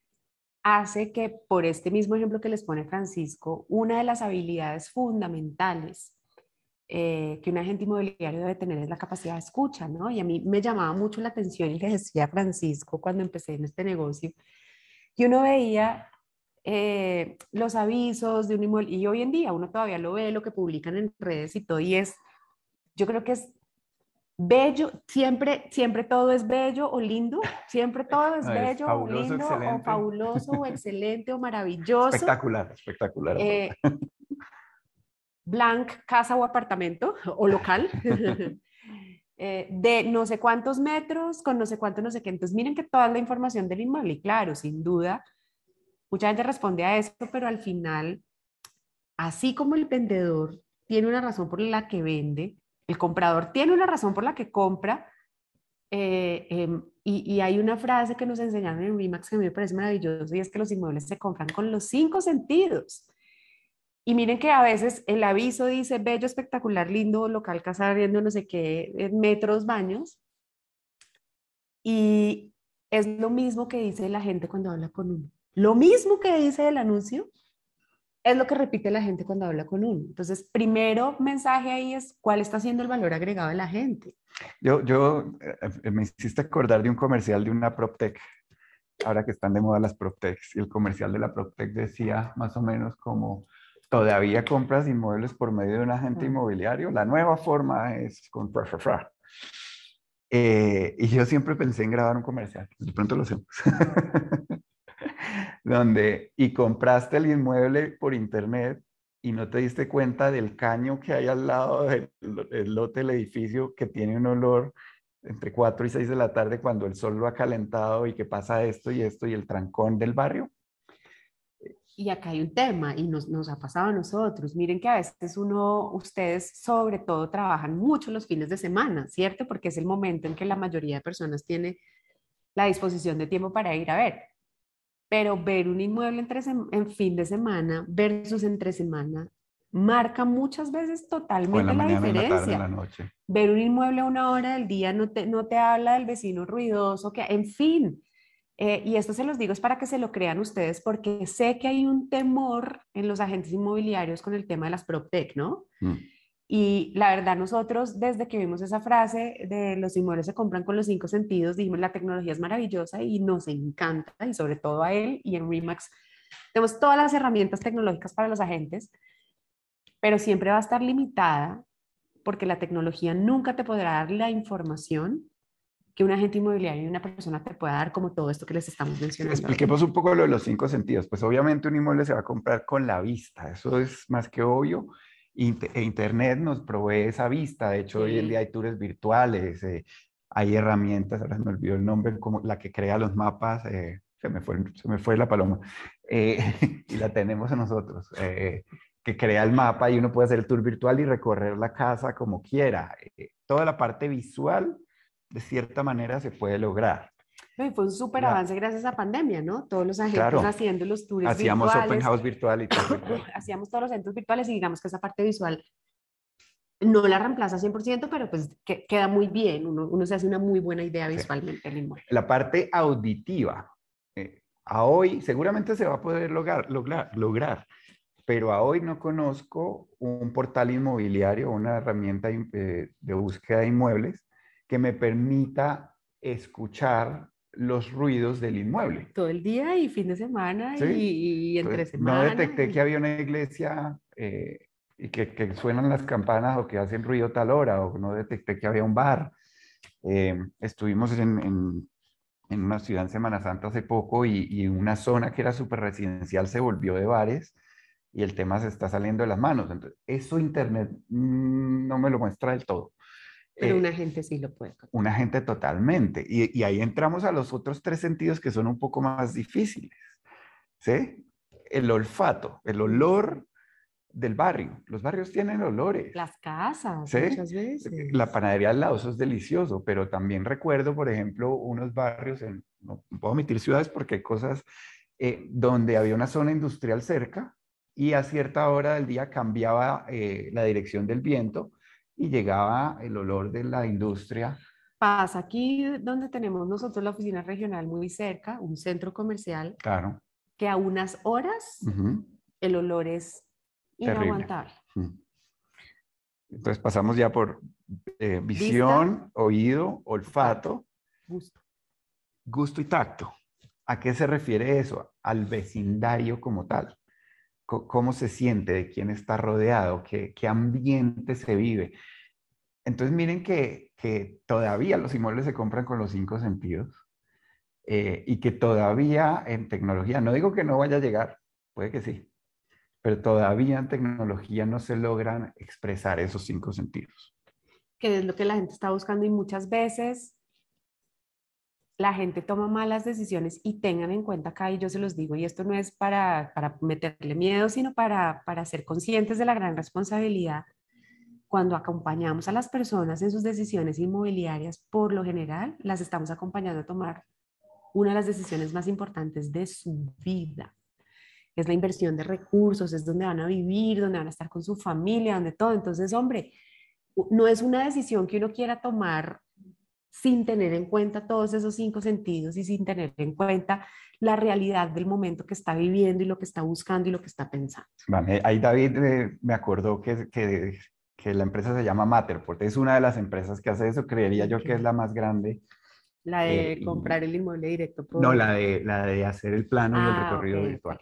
hace que, por este mismo ejemplo que les pone Francisco, una de las habilidades fundamentales eh, que un agente inmobiliario debe tener es la capacidad de escucha, ¿no? Y a mí me llamaba mucho la atención y le decía a Francisco cuando empecé en este negocio, que uno veía eh, los avisos de un inmueble, y hoy en día uno todavía lo ve, lo que publican en redes y todo, y es, yo creo que es bello, siempre, siempre todo es bello o lindo, siempre todo es No, es bello o fabuloso, lindo o excelente, fabuloso o excelente o maravilloso. espectacular, espectacular aparte. Eh, Blanc, casa o apartamento o local. eh, de no sé cuántos metros, con no sé cuánto, no sé qué. Entonces, miren que toda la información del inmueble, y claro, sin duda, mucha gente responde a esto, pero al final, así como el vendedor tiene una razón por la que vende, el comprador tiene una razón por la que compra. Eh, em, y, y hay una frase que nos enseñaron en RE/MAX que a mí me parece maravilloso y es que los inmuebles se compran con los cinco sentidos. Y miren que a veces el aviso dice bello, espectacular, lindo, local, casa, arriendo, no sé qué, eh, metros, baños. Y es lo mismo que dice la gente cuando habla con uno. Lo mismo que dice el anuncio es lo que repite la gente cuando habla con uno. Entonces, primero mensaje ahí es cuál está siendo el valor agregado de la gente. Yo, yo eh, me hiciste acordar de un comercial de una PropTech, ahora que están de moda las PropTechs, y el comercial de la PropTech decía más o menos como, todavía compras inmuebles por medio de un agente Ah. inmobiliario, la nueva forma es con fra, fra, fra. Eh, y yo siempre pensé en grabar un comercial, de pronto lo hacemos, donde, y compraste el inmueble por internet y no te diste cuenta del caño que hay al lado del, del lote del edificio que tiene un olor entre cuatro y seis de la tarde cuando el sol lo ha calentado y que pasa esto y esto y el trancón del barrio. Y acá hay un tema y nos, nos ha pasado a nosotros. Miren que a veces uno, ustedes sobre todo trabajan mucho los fines de semana, ¿cierto? Porque es el momento en que la mayoría de personas tiene la disposición de tiempo para ir a ver. Pero ver un inmueble entre sem- en fin de semana versus entre semana marca muchas veces O en la totalmente la mañana, en la tarde, en diferencia. la noche. Ver un inmueble a una hora del día no te, no te habla del vecino ruidoso, que, en fin. Eh, y esto se los digo es para que se lo crean ustedes, porque sé que hay un temor en los agentes inmobiliarios con el tema de las PropTech, ¿no? Mm. Y la verdad, nosotros desde que vimos esa frase de los inmuebles se compran con los cinco sentidos, dijimos la tecnología es maravillosa y nos encanta, y sobre todo a él y en RE/MAX tenemos todas las herramientas tecnológicas para los agentes, pero siempre va a estar limitada porque la tecnología nunca te podrá dar la información que un agente inmobiliario y una persona te pueda dar como todo esto que les estamos mencionando hoy. Expliquemos un poco lo de los cinco sentidos. Pues obviamente un inmueble se va a comprar con la vista, eso es más que obvio. Inter- e Internet nos provee esa vista. De hecho, hoy en día Sí. hay tours virtuales, eh, hay herramientas, ahora me olvidó el nombre, como la que crea los mapas, eh, se me fue, se me fue la paloma, eh, y la tenemos nosotros, eh, que crea el mapa y uno puede hacer el tour virtual y recorrer la casa como quiera. Eh, toda la parte visual, de cierta manera, se puede lograr. No, y fue un súper La, avance gracias a pandemia, ¿no? Todos los agentes claro, haciendo los tours hacíamos open virtuales, house virtual y tour virtual. hacíamos todos los eventos virtuales y digamos que esa parte visual no la reemplaza cien por ciento, pero pues que, queda muy bien, uno, uno se hace una muy buena idea Sí. visualmente del inmueble. La parte auditiva, eh, a hoy seguramente se va a poder lograr, lograr, lograr, pero a hoy no conozco un portal inmobiliario, una herramienta eh, de búsqueda de inmuebles que me permita escuchar los ruidos del inmueble. Todo el día y fin de semana y, ¿Sí? y entre Entonces, no semana. detecté que Y... había una iglesia eh, y que, que suenan las campanas o que hacen ruido tal hora, o no detecté que había un bar. Eh, estuvimos en, en, en, una ciudad en Semana Santa hace poco y, y una zona que era súper residencial se volvió de bares y el tema se está saliendo de las manos. Entonces, eso Internet mmm, no me lo muestra del todo. Pero una Eh, gente sí lo puede contar. una gente totalmente. Y, y ahí entramos a los otros tres sentidos que son un poco más difíciles. ¿Sí? El olfato, el olor del barrio. Los barrios tienen olores. Las casas, ¿Sí? muchas La veces. panadería al lado, eso es delicioso, pero también recuerdo, por ejemplo, unos barrios, en, no puedo omitir ciudades porque hay cosas eh, donde había una zona industrial cerca y a cierta hora del día cambiaba eh, la dirección del viento y llegaba el olor de la industria. Pasa aquí donde tenemos nosotros la oficina regional muy cerca, un centro comercial, Claro. que a unas horas Ujú. el olor es Terrible. inaguantable. Mm. Entonces pasamos ya por eh, Vista, visión, oído, olfato, olfato, gusto. gusto y tacto. ¿A qué se refiere eso? Al vecindario como tal. C- ¿Cómo se siente? ¿De quién está rodeado? ¿Qué, qué ambiente se vive? Entonces miren que, que todavía los inmuebles se compran con los cinco sentidos eh, y que todavía en tecnología, no digo que no vaya a llegar, puede que sí, pero todavía en tecnología no se logran expresar esos cinco sentidos. que es lo que la gente está buscando y muchas veces la gente toma malas decisiones y tengan en cuenta acá, y yo se los digo, y esto no es para, para meterle miedo, sino para, para ser conscientes de la gran responsabilidad. Cuando acompañamos a las personas en sus decisiones inmobiliarias, por lo general, las estamos acompañando a tomar una de las decisiones más importantes de su vida. Es la inversión de recursos, es donde van a vivir, donde van a estar con su familia, donde todo. Entonces, hombre, no es una decisión que uno quiera tomar sin tener en cuenta todos esos cinco sentidos y sin tener en cuenta la realidad del momento que está viviendo y lo que está buscando y lo que está pensando. Vale, ahí David eh, me acordó que, que, que la empresa se llama Matterport. Es una de las empresas que hace eso. Creería yo que es Okay. la más grande. La eh, de y, comprar el inmueble directo no, por... la de, la de hacer el plano y el Ah, ok, recorrido virtual. ok.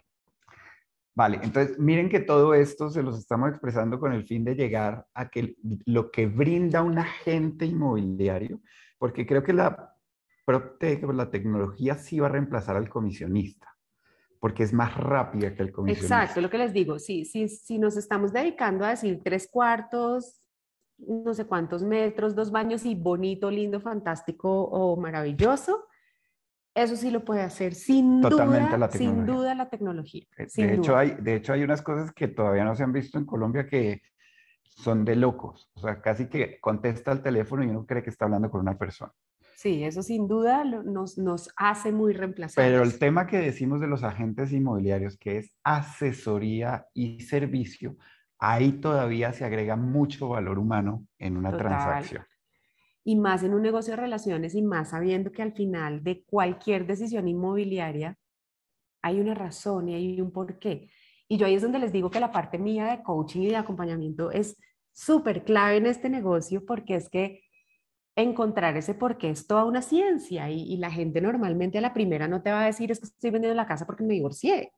Vale, entonces miren que todo esto se los estamos expresando con el fin de llegar a que lo que brinda un agente inmobiliario, porque creo que la PropTech o la tecnología sí va a reemplazar al comisionista, porque es más rápida que el Exacto, comisionista. lo que les digo, sí, sí, si nos estamos dedicando a decir tres cuartos, no sé cuántos metros, dos baños y bonito, lindo, fantástico o maravilloso, eso sí lo puede hacer sin Totalmente duda, la sin tecnología. duda la tecnología, Eh, De sin hecho, duda. hay, de hecho, hay unas cosas que todavía no se han visto en Colombia que son de locos. O sea, casi que contesta el teléfono y uno cree que está hablando con una persona. Sí, eso sin duda lo- nos, nos hace muy Pero el reemplazables. tema que decimos de los agentes inmobiliarios, que es asesoría y servicio, ahí todavía se agrega mucho valor humano en una Total. transacción. Y más en un negocio de relaciones y más sabiendo que al final de cualquier decisión inmobiliaria hay una razón y hay un porqué. Y yo ahí es donde les digo que la parte mía de coaching y de acompañamiento es súper clave en este negocio porque es que encontrar ese porqué es toda una ciencia y, y la gente normalmente a la primera no te va a decir es que estoy vendiendo la casa porque me divorcié.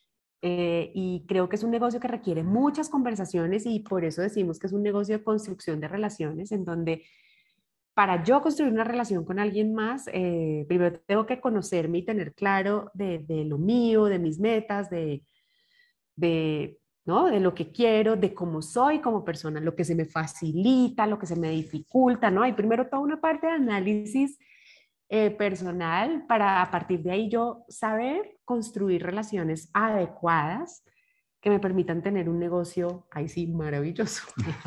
Eh, y creo que es un negocio que requiere muchas conversaciones y por eso decimos que es un negocio de construcción de relaciones en donde para yo construir una relación con alguien más, eh, primero tengo que conocerme y tener claro de, de lo mío, de mis metas, de, de, ¿no? De lo que quiero, de cómo soy como persona, lo que se me facilita, lo que se me dificulta, ¿no? Hay primero toda una parte de análisis eh, personal para a partir de ahí yo saber construir relaciones adecuadas que me permitan tener un negocio, ahí sí, maravilloso.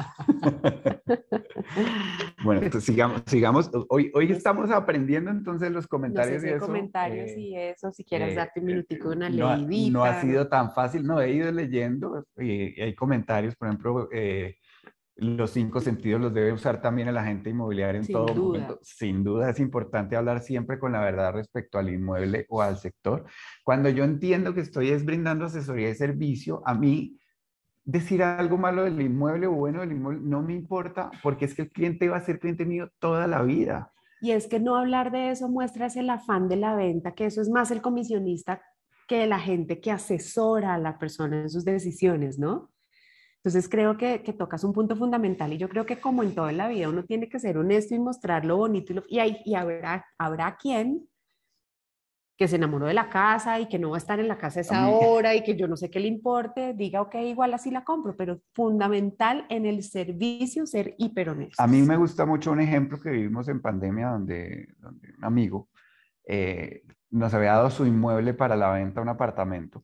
Bueno, entonces sigamos, sigamos. Hoy, hoy No sé, estamos aprendiendo entonces los no sé comentarios si y hay eso. comentarios eh, y eso, si quieres eh, darte un eh, minutico de una no, ha- no ha leidita, ¿no? sido tan fácil, no, he ido leyendo y, y hay comentarios, por ejemplo, eh, los cinco sentidos los debe usar también el agente inmobiliario en Sin todo duda. momento. Sin duda es importante hablar siempre con la verdad respecto al inmueble o al sector. Cuando yo entiendo que estoy es brindando asesoría y servicio, a mí decir algo malo del inmueble o bueno del inmueble no me importa porque es que el cliente va a ser cliente mío toda la vida. Y es que no hablar de eso muestra ese el afán de la venta, que eso es más el comisionista que la gente que asesora a la persona en sus decisiones, ¿no? Entonces creo que, que tocas un punto fundamental y yo creo que como en toda la vida uno tiene que ser honesto y mostrar lo bonito y, lo, y, hay, y habrá, habrá quien que se enamoró de la casa y que no va a estar en la casa A esa mí, hora y que yo no sé qué le importe, diga, ok, igual así la compro, pero fundamental en el servicio ser hiper a mí honestos. me gusta mucho un ejemplo que vivimos en pandemia donde, donde un amigo eh, nos había dado su inmueble para la venta, un apartamento.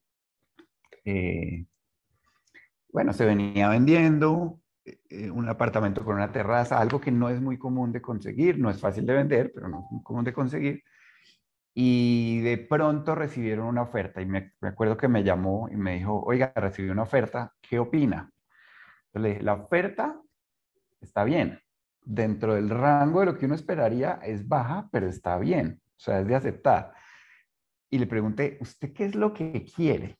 Eh, bueno, se venía vendiendo eh, un apartamento con una terraza, algo que no es muy común de conseguir, no es fácil de vender, pero no es muy común de conseguir. Y de pronto recibieron una oferta y me, me acuerdo que me llamó y me dijo, oiga, recibí una oferta, ¿qué opina? Entonces le dije, la oferta está bien. Dentro del rango de lo que uno esperaría es baja, pero está bien. O sea, es de aceptar. Y le pregunté, ¿usted qué es lo que quiere?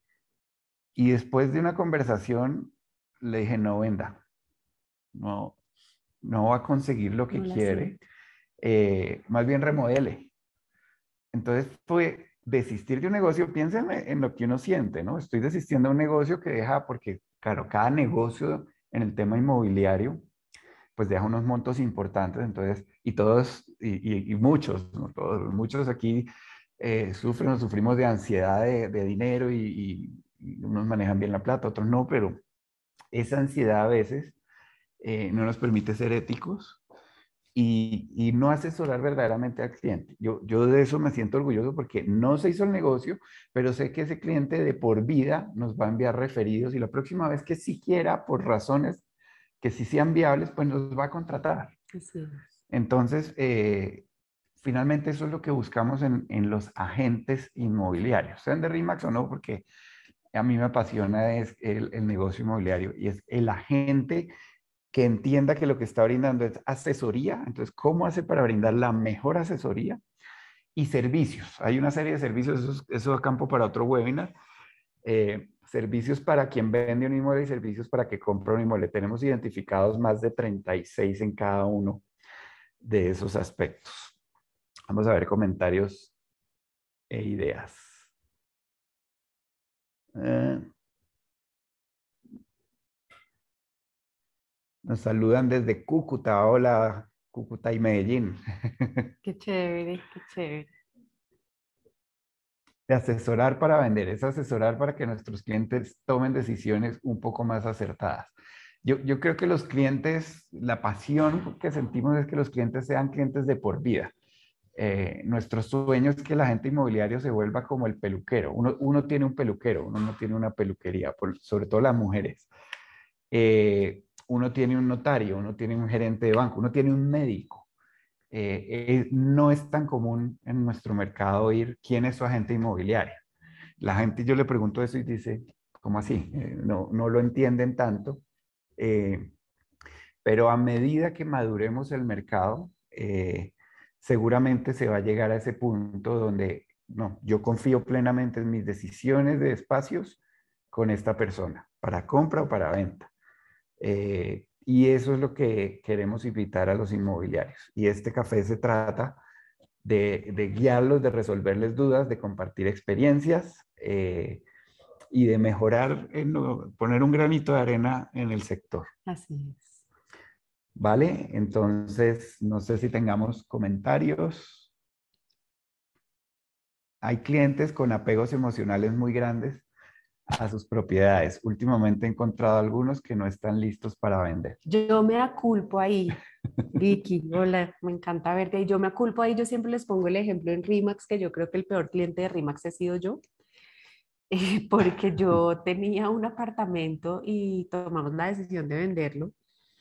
Y después de una conversación le dije, no venda, no, no va a conseguir lo que No la quiere, siento. eh, más bien remodele. Entonces fue desistir de un negocio, piénsenme en lo que uno siente, ¿no? Estoy desistiendo de un negocio que deja, porque claro, cada negocio en el tema inmobiliario, pues deja unos montos importantes, entonces, y todos, y, y, y muchos, ¿no? Todos, muchos aquí eh, sufren o sufrimos de ansiedad de, de dinero y, y, y unos manejan bien la plata, otros no, pero esa ansiedad a veces eh, no nos permite ser éticos y, y no asesorar verdaderamente al cliente. Yo, yo de eso me siento orgulloso porque no se hizo el negocio, pero sé que ese cliente de por vida nos va a enviar referidos y la próxima vez que siquiera por razones que sí sean viables, pues nos va a contratar. Así es. Entonces, eh, finalmente eso es lo que buscamos en, en los agentes inmobiliarios, sean de RIMAX o no, porque a mí me apasiona es el, el negocio inmobiliario y es el agente que entienda que lo que está brindando es asesoría. Entonces, ¿cómo hace para brindar la mejor asesoría? Y servicios. Hay una serie de servicios, eso, eso da campo para otro webinar. Eh, servicios para quien vende un inmueble y servicios para que compra un inmueble. Tenemos identificados más de treinta y seis en cada uno de esos aspectos. Vamos a ver comentarios e ideas. Eh, nos saludan desde Cúcuta. Hola, Cúcuta y Medellín. Qué chévere, qué chévere. De asesorar para vender, es asesorar para que nuestros clientes tomen decisiones un poco más acertadas. Yo, yo creo que los clientes, la pasión que sentimos es que los clientes sean clientes de por vida. Eh, nuestro sueño es que la agente inmobiliario se vuelva como el peluquero. Uno, uno tiene un peluquero, uno no tiene una peluquería, por, sobre todo las mujeres. Eh, uno tiene un notario, uno tiene un gerente de banco, uno tiene un médico. Eh, eh, no es tan común en nuestro mercado oír quién es su agente inmobiliario. La gente, yo le pregunto eso y dice, ¿cómo así? Eh, no, no lo entienden tanto. Eh, pero a medida que maduremos el mercado, eh, seguramente se va a llegar a ese punto donde, no, yo confío plenamente en mis decisiones de espacios con esta persona, para compra o para venta. Eh, y eso es lo que queremos invitar a los inmobiliarios. Y este café se trata de, de guiarlos, de resolverles dudas, de compartir experiencias eh, y de mejorar, en lo- poner un granito de arena en el sector. Así es. ¿Vale? Entonces, no sé si tengamos comentarios. Hay clientes con apegos emocionales muy grandes a sus propiedades. Últimamente he encontrado algunos que no están listos para vender. Yo me aculpo ahí, Vicky, hola, me encanta verte. Y yo me aculpo ahí, yo siempre les pongo el ejemplo en RIMAX, que yo creo que el peor cliente de RIMAX he sido yo, eh, porque yo tenía un apartamento y tomamos la decisión de venderlo.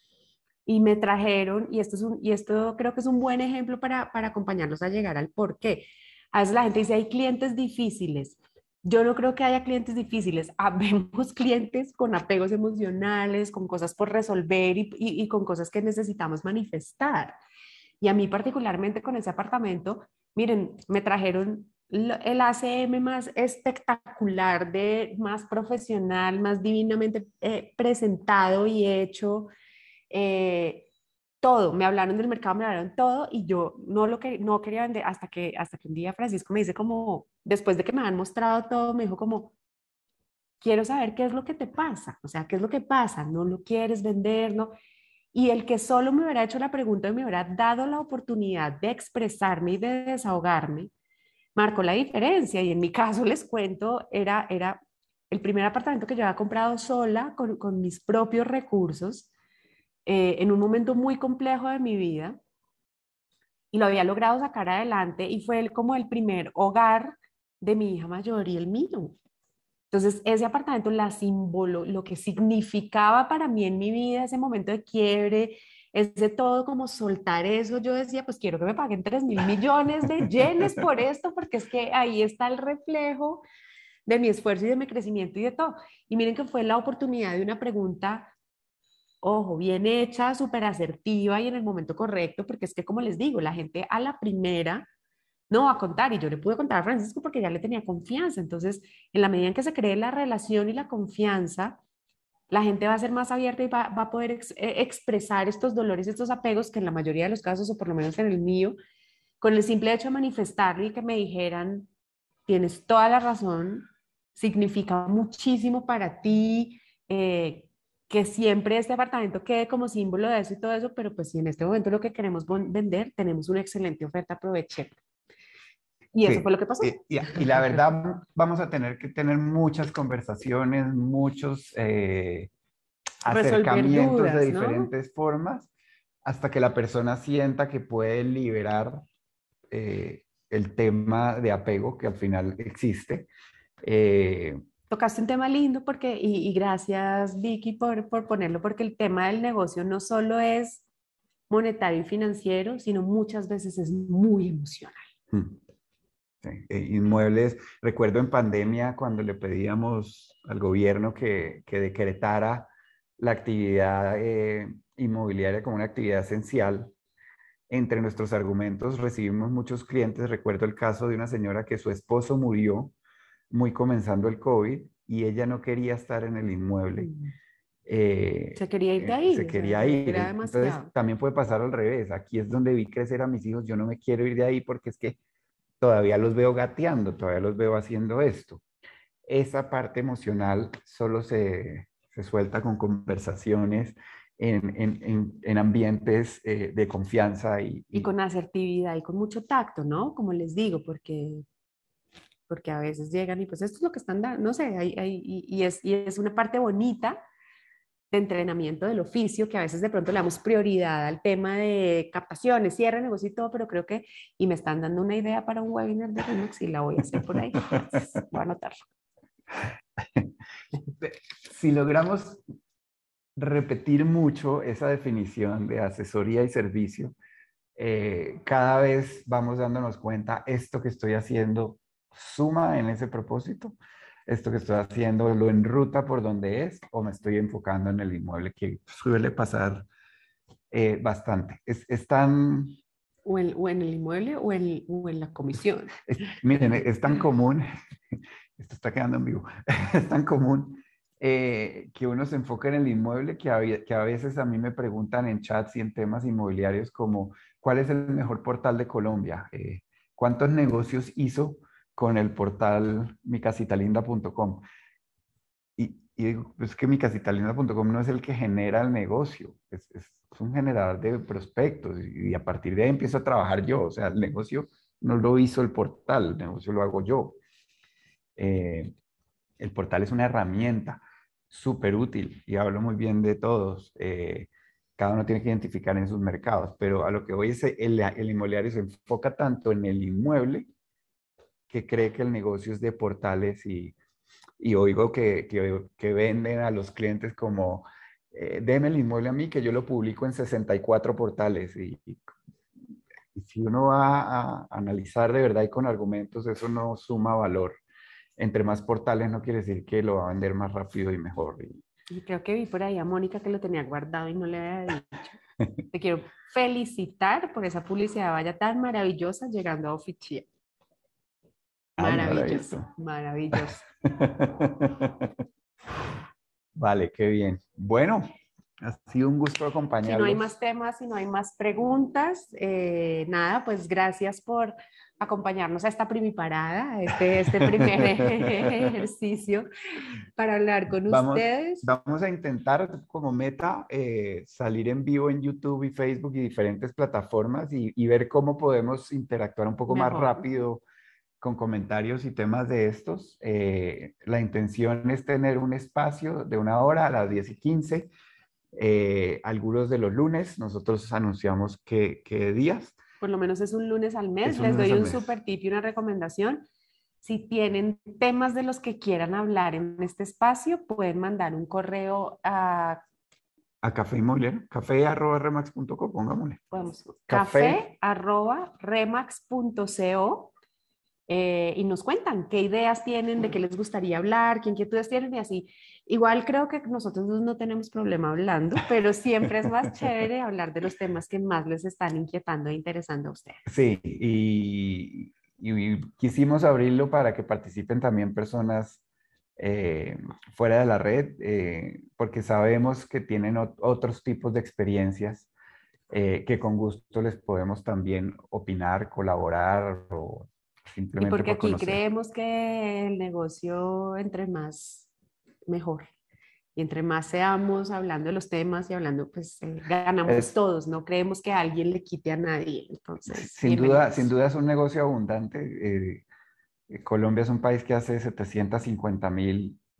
Y me trajeron, y esto, es un, y esto creo que es un buen ejemplo para, para acompañarlos a llegar al por qué. A veces la gente dice, hay clientes difíciles. Yo no creo que haya clientes difíciles. Habemos clientes con apegos emocionales, con cosas por resolver y, y, y con cosas que necesitamos manifestar. Y a mí particularmente con ese apartamento, miren, me trajeron el A C M más espectacular, de, más profesional, más divinamente eh, presentado y hecho, eh, todo, me hablaron del mercado, me hablaron todo y yo no lo que no quería vender hasta que hasta que un día Francisco me dice como, después de que me han mostrado todo, me dijo como, quiero saber qué es lo que te pasa, o sea, qué es lo que pasa, no lo quieres vender, no. Y el que solo me hubiera hecho la pregunta y me hubiera dado la oportunidad de expresarme y de desahogarme, marcó la diferencia. Y en mi caso, les cuento, era, era el primer apartamento que yo había comprado sola, con, con mis propios recursos, eh, en un momento muy complejo de mi vida, y lo había logrado sacar adelante y fue el, como el primer hogar de mi hija mayor y el mío. Entonces, ese apartamento, la símbolo, lo que significaba para mí en mi vida, ese momento de quiebre, ese todo como soltar eso, yo decía, pues quiero que me paguen tres mil millones de yenes por esto, porque es que ahí está el reflejo de mi esfuerzo y de mi crecimiento y de todo. Y miren que fue la oportunidad de una pregunta, ojo, bien hecha, súper asertiva y en el momento correcto, porque es que como les digo, la gente a la primera no va a contar y yo le pude contar a Francisco porque ya le tenía confianza. Entonces, en la medida en que se cree la relación y la confianza, la gente va a ser más abierta y va, va a poder ex, eh, expresar estos dolores, estos apegos que en la mayoría de los casos, o por lo menos en el mío, con el simple hecho de manifestarlo y que me dijeran, tienes toda la razón, significa muchísimo para ti, eh, que siempre este apartamento quede como símbolo de eso y todo eso, pero pues si en este momento lo que queremos vender, tenemos una excelente oferta, aprovechemos. Y eso fue Sí, lo que pasó. y, y- y la verdad vamos a tener que tener muchas conversaciones, muchos, eh, resolver acercamientos de dudas, ¿no? diferentes formas hasta que la persona sienta que puede liberar eh, el tema de apego que al final existe. Eh, Tocaste un tema lindo porque, y, y gracias Vicky por, por ponerlo, porque el tema del negocio no solo es monetario y financiero, sino muchas veces es muy emocional. sí, eh, inmuebles, recuerdo en pandemia cuando le pedíamos al gobierno que, que decretara la actividad eh, inmobiliaria como una actividad esencial. Entre nuestros argumentos recibimos muchos clientes. Recuerdo el caso de una señora que su esposo murió muy comenzando el COVID y ella no quería estar en el inmueble. Mm. eh, Se quería ir de eh, ahí, se o sea, quería ir. era Entonces demasiado. también puede pasar al revés. Aquí es donde vi crecer a mis hijos. Yo no me quiero ir de ahí porque es que todavía los veo gateando, todavía los veo haciendo esto. Esa parte emocional solo se, se suelta con conversaciones en, en, en, en ambientes eh, de confianza y, Y y, con asertividad y con mucho tacto, ¿no? Como les digo, porque, porque a veces llegan y pues esto es lo que están dando, no sé, hay, hay- y, y es, y es una parte bonita de entrenamiento del oficio, que a veces de pronto le damos prioridad al tema de captaciones, cierre, negocio y todo, pero creo que, y me están dando una idea para un webinar de Remax y la voy a hacer por ahí. Gracias, voy a anotarlo. si logramos repetir mucho esa definición de asesoría y servicio, eh, cada vez vamos dándonos cuenta, esto que estoy haciendo suma en ese propósito, esto que estoy haciendo lo enruta por donde es o me estoy enfocando en el inmueble, que suele pasar eh, bastante. Es, es tan, O en, o en el inmueble o en, o en la comisión. es- miren, es tan común, esto está quedando en vivo, es tan común eh, que uno se enfoca en el inmueble que a, que a veces a mí me preguntan en chats y en temas inmobiliarios como, ¿cuál es el mejor portal de Colombia? Eh, ¿cuántos negocios hizo con el portal mi casita linda punto com? Y, y digo, pues que mi casita linda punto com no es el que genera el negocio, es, es, es un generador de prospectos y, y a partir de ahí empiezo a trabajar yo, o sea, el negocio no lo hizo el portal, el negocio lo hago yo. Eh, el portal es una herramienta súper útil y hablo muy bien de todos. Eh, cada uno tiene que identificar en sus mercados, pero a lo que voy es el, el inmobiliario se enfoca tanto en el inmueble que cree que el negocio es de portales y, y oigo que, que, que, venden a los clientes como, eh, deme el inmueble a mí que yo lo publico en sesenta y cuatro portales y, y, y si uno va a analizar de verdad y con argumentos, eso no suma valor. Entre más portales no quiere decir que lo va a vender más rápido y mejor. Y, Y creo que vi por ahí a Mónica que lo tenía guardado y no le había dicho. Te quiero felicitar por esa publicidad vaya tan maravillosa llegando a Ofichía. ay, no lo he Maravilloso, visto. maravilloso. Vale, qué bien. Bueno, ha sido un gusto Si no hay más acompañarlos. temas, si no hay más preguntas, eh, nada, pues gracias por acompañarnos a esta primiparada, a este, este primer ejercicio para hablar con Vamos, ustedes. vamos a intentar como meta eh, salir en vivo en YouTube y Facebook y diferentes plataformas y, y ver cómo podemos interactuar un poco más Mejor. rápido con comentarios y temas de estos. Eh, la intención es tener un espacio de una hora a las diez y quince. Eh, algunos de los lunes, nosotros anunciamos qué, qué días. Por lo menos es un lunes al mes. Es un Les lunes doy al un mes. super tip y una recomendación. Si tienen temas de los que quieran hablar en este espacio, pueden mandar un correo a A Café Inmobiliario, café arroba remax punto com, pongámosle. vamos, Café, café arroba remax punto co eh, y nos cuentan qué ideas tienen, de qué les gustaría hablar, qué inquietudes tienen y así. Igual creo que nosotros no tenemos problema hablando, pero siempre es más chévere hablar de los temas que más les están inquietando e interesando a ustedes. sí, y, y quisimos abrirlo para que participen también personas eh, fuera de la red, eh, porque sabemos que tienen ot- otros tipos de experiencias eh, que con gusto les podemos también opinar, colaborar o Y simplemente porque por aquí conocer. creemos que el negocio entre más, mejor. Y entre más seamos hablando de los temas y hablando, pues eh, ganamos Es, todos, no creemos que alguien le quite a nadie. Entonces, sin duda, sin bienvenidos. duda es un negocio abundante. eh, Colombia es un país que hace setecientos cincuenta mil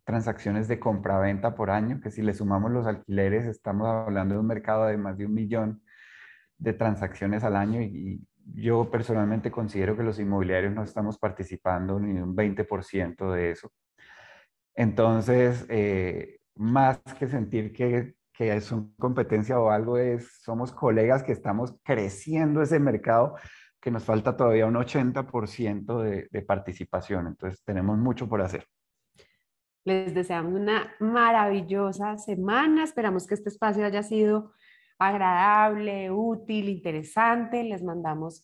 transacciones de compra-venta por año, que si le sumamos los alquileres, estamos hablando de un mercado de más de un millón de transacciones al año y yo personalmente considero que los inmobiliarios no estamos participando ni un veinte por ciento de eso. Entonces, eh, más que sentir que, que es una competencia o algo, es, somos colegas que estamos creciendo ese mercado, que nos falta todavía un ochenta por ciento de, de participación. Entonces, tenemos mucho por hacer. Les deseamos una maravillosa semana. Esperamos que este espacio haya sido agradable, útil, interesante. Les mandamos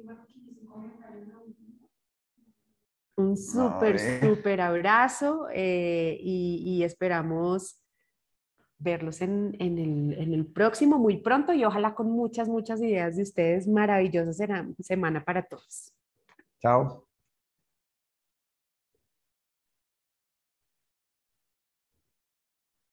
un No, súper, eh, súper abrazo eh, y, y esperamos verlos en, en el, en el próximo muy pronto y ojalá con muchas, muchas ideas de ustedes. Maravillosa será semana para todos. Chao.